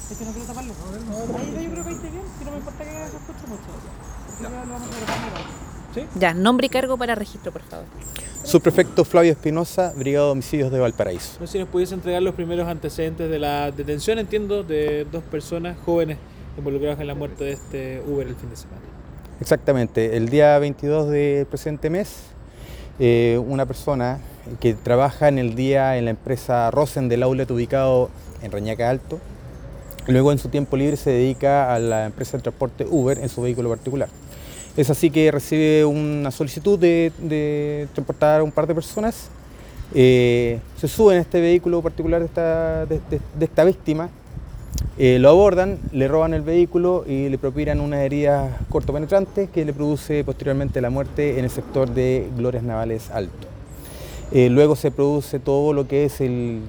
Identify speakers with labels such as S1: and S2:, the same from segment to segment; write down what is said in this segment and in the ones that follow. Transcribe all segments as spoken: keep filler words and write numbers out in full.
S1: Es que no quiero taparlo. Ahí yo creo que ahí está bien, si no me importa que se escuche mucho. Así que lo vamos a grabar igual.
S2: ¿Sí?
S3: Ya, nombre y cargo para registro, por favor.
S4: Subprefecto Flavio Espinosa, Brigada de Homicidios de Valparaíso.
S2: No sé si nos pudiese entregar los primeros antecedentes de la detención, entiendo, de dos personas jóvenes involucradas en la muerte de este Uber el fin de semana.
S4: Exactamente, el día veintidós del presente mes, eh, una persona que trabaja en el día en la empresa Rosen del outlet ubicado en Reñaca Alto, luego en su tiempo libre se dedica a la empresa de transporte Uber en su vehículo particular. Es así que recibe una solicitud de, de transportar a un par de personas, eh, se sube en este vehículo particular de esta, de, de, de esta víctima, eh, lo abordan, le roban el vehículo y le propinan unas heridas cortopenetrantes que le produce posteriormente la muerte en el sector de Glorias Navales Alto. Eh, luego se produce todo lo que es el,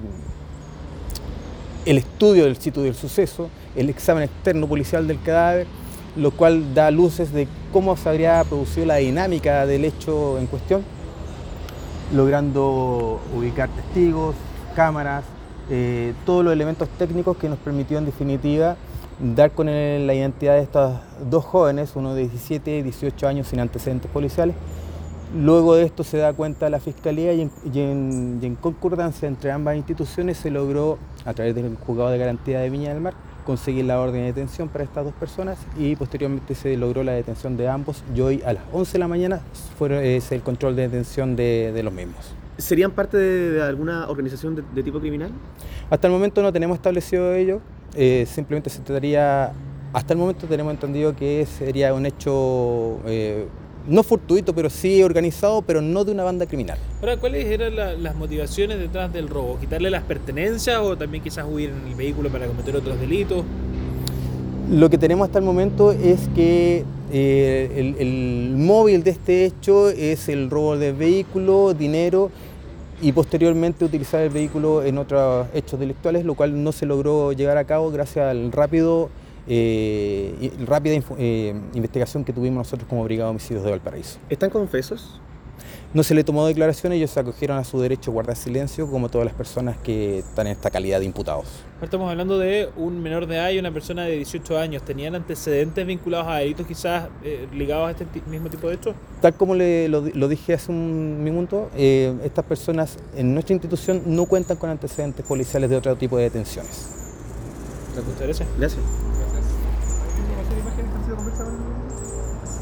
S4: el estudio del sitio del suceso, el examen externo policial del cadáver, lo cual da luces de cómo se habría producido la dinámica del hecho en cuestión, logrando ubicar testigos, cámaras, eh, todos los elementos técnicos que nos permitió en definitiva dar con el, la identidad de estos dos jóvenes, uno de diecisiete y dieciocho años sin antecedentes policiales. Luego de esto se da cuenta la Fiscalía y en, y, en, y en concordancia entre ambas instituciones se logró, a través del Juzgado de Garantía de Viña del Mar, conseguir la orden de detención para estas dos personas y posteriormente se logró la detención de ambos y hoy a las once de la mañana fue es el control de detención de, de los mismos.
S5: ¿Serían parte de, de alguna organización de, de tipo criminal?
S4: Hasta el momento no tenemos establecido ello, eh, simplemente se trataría, hasta el momento tenemos entendido que sería un hecho eh, no fortuito, pero sí organizado, pero no de una banda criminal.
S2: Ahora, ¿cuáles eran la, las motivaciones detrás del robo? ¿Quitarle las pertenencias o también quizás huir en el vehículo para cometer otros delitos?
S4: Lo que tenemos hasta el momento es que eh, el, el móvil de este hecho es el robo del vehículo, dinero y posteriormente utilizar el vehículo en otros hechos delictuales, lo cual no se logró llevar a cabo gracias al rápido Eh, rápida eh, investigación que tuvimos nosotros como Brigada de Homicidios de Valparaíso.
S5: ¿Están confesos?
S4: No se le tomó declaración, ellos se acogieron a su derecho a guardar silencio, como todas las personas que están en esta calidad de imputados.
S2: Ahora estamos hablando de un menor de edad y una persona de dieciocho años. ¿Tenían antecedentes vinculados a delitos quizás eh, ligados a este mismo tipo de hechos?
S4: Tal como le, lo, lo dije hace un minuto, eh, estas personas en nuestra institución no cuentan con antecedentes policiales de otro tipo de detenciones.
S2: Muchas gracias.
S5: Gracias.
S1: ¿Tiene imágenes que han sido conversadas con el